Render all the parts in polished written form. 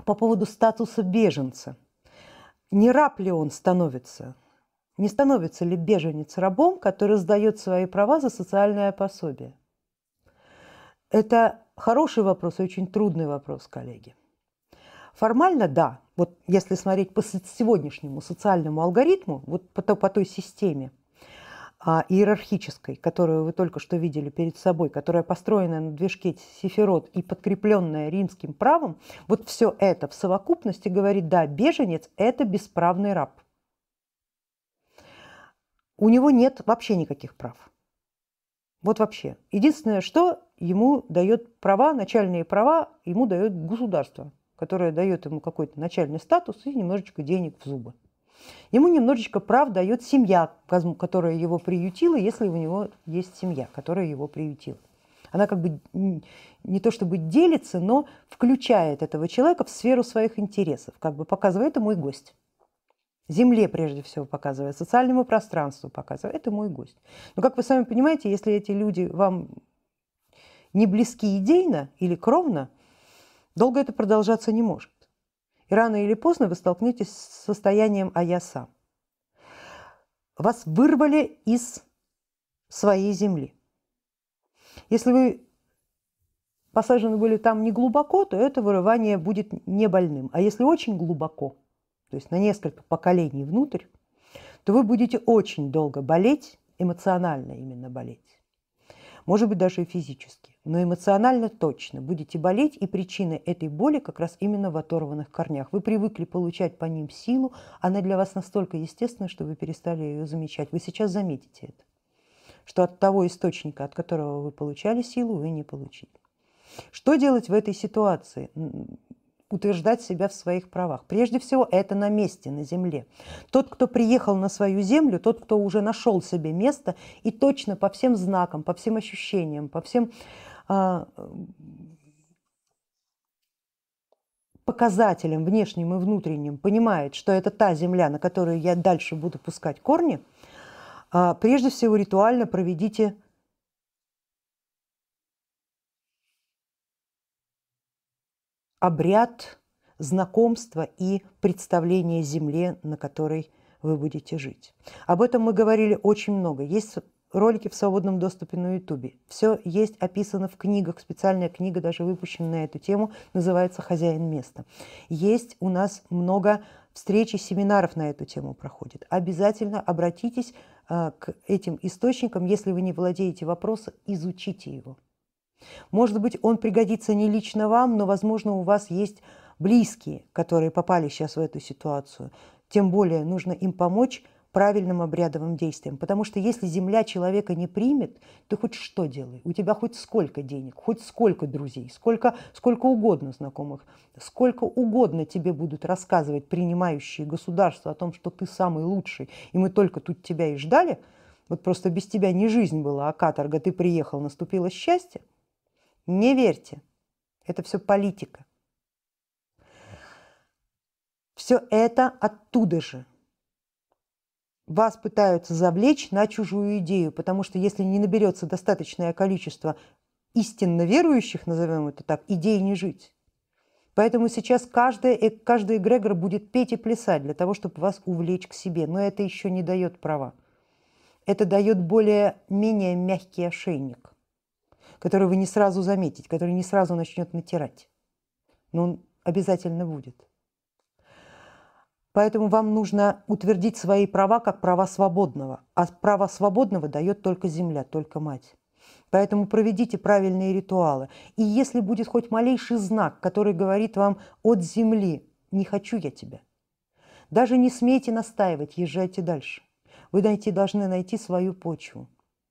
по поводу статуса беженца. Не раб ли он становится? Не становится ли беженец рабом, который сдает свои права за социальное пособие? Это хороший вопрос и очень трудный вопрос, коллеги. Формально, да. Вот если смотреть по сегодняшнему социальному алгоритму, вот по той системе иерархической, которую вы только что видели перед собой, которая построена на движке Сефирот и подкрепленная римским правом, вот все это в совокупности говорит, да, беженец – это бесправный раб. У него нет вообще никаких прав. Вот вообще. Единственное, что ему дает права, начальные права, ему дает государство, которое дает ему какой-то начальный статус и немножечко денег в зубы. Ему немножечко прав дает семья, которая его приютила, если у него есть семья, которая его приютила. Она как бы не то чтобы делится, но включает этого человека в сферу своих интересов, как бы показывает, это мой гость. Земле прежде всего показывает, социальному пространству показывает, это мой гость. Но как вы сами понимаете, если эти люди вам не близки идейно или кровно, долго это продолжаться не может. И рано или поздно вы столкнетесь с состоянием «а я сам». Вас вырвали из своей земли. Если вы посажены были там не глубоко, то это вырывание будет не больным. А если очень глубоко, то есть на несколько поколений внутрь, то вы будете очень долго болеть, эмоционально именно болеть. Может быть, даже и физически, но эмоционально точно будете болеть, и причина этой боли как раз именно в оторванных корнях. Вы привыкли получать по ним силу, она для вас настолько естественна, что вы перестали ее замечать. Вы сейчас заметите это, что от того источника, от которого вы получали силу, вы не получили. Что делать в этой ситуации? Утверждать себя в своих правах. Прежде всего, это на месте, на земле. Тот, кто приехал на свою землю, тот, кто уже нашел себе место и точно по всем знакам, по всем ощущениям, по всем показателям внешним и внутренним понимает, что это та земля, на которую я дальше буду пускать корни, прежде всего ритуально проведите обряд знакомства и представления земле, на которой вы будете жить. Об этом мы говорили очень много. Есть ролики в свободном доступе на YouTube. Все есть описано в книгах. Специальная книга даже выпущена на эту тему, называется «Хозяин места». Есть у нас много встреч и семинаров на эту тему проходит. Обязательно обратитесь к этим источникам. Если вы не владеете вопросом, изучите его. Может быть, он пригодится не лично вам, но, возможно, у вас есть близкие, которые попали сейчас в эту ситуацию. Тем более нужно им помочь правильным обрядовым действием. Потому что если земля человека не примет, ты хоть что делай. У тебя хоть сколько денег, хоть сколько друзей, сколько угодно знакомых, сколько угодно тебе будут рассказывать принимающие государства о том, что ты самый лучший, и мы только тут тебя и ждали. Вот просто без тебя не жизнь была, а каторга. Ты приехал, наступило счастье. Не верьте, это все политика. Все это оттуда же. Вас пытаются завлечь на чужую идею, потому что если не наберется достаточное количество истинно верующих, назовем это так, идей не жить. Поэтому сейчас каждый эгрегор будет петь и плясать для того, чтобы вас увлечь к себе. Но это еще не дает права. Это дает более-менее мягкий ошейник, который вы не сразу заметите, который не сразу начнет натирать. Но он обязательно будет. Поэтому вам нужно утвердить свои права как права свободного. А право свободного дает только земля, только мать. Поэтому проведите правильные ритуалы. И если будет хоть малейший знак, который говорит вам от земли «не хочу я тебя», даже не смейте настаивать, езжайте дальше. Вы должны найти свою почву.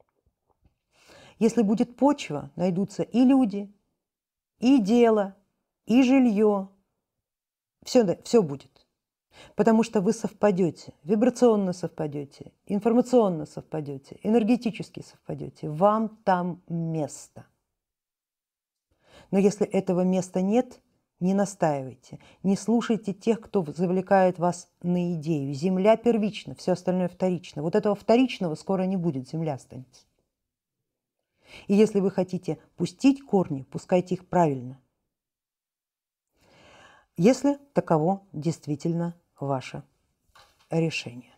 Если будет почва, найдутся и люди, и дело, и жилье. Все будет. Потому что вы совпадете, вибрационно совпадете, информационно совпадете, энергетически совпадете. Вам там место. Но если этого места нет, не настаивайте, не слушайте тех, кто завлекает вас на идею. Земля первична, все остальное вторично. Вот этого вторичного скоро не будет, земля останется. И если вы хотите пустить корни, пускайте их правильно. если таково действительно ваше решение.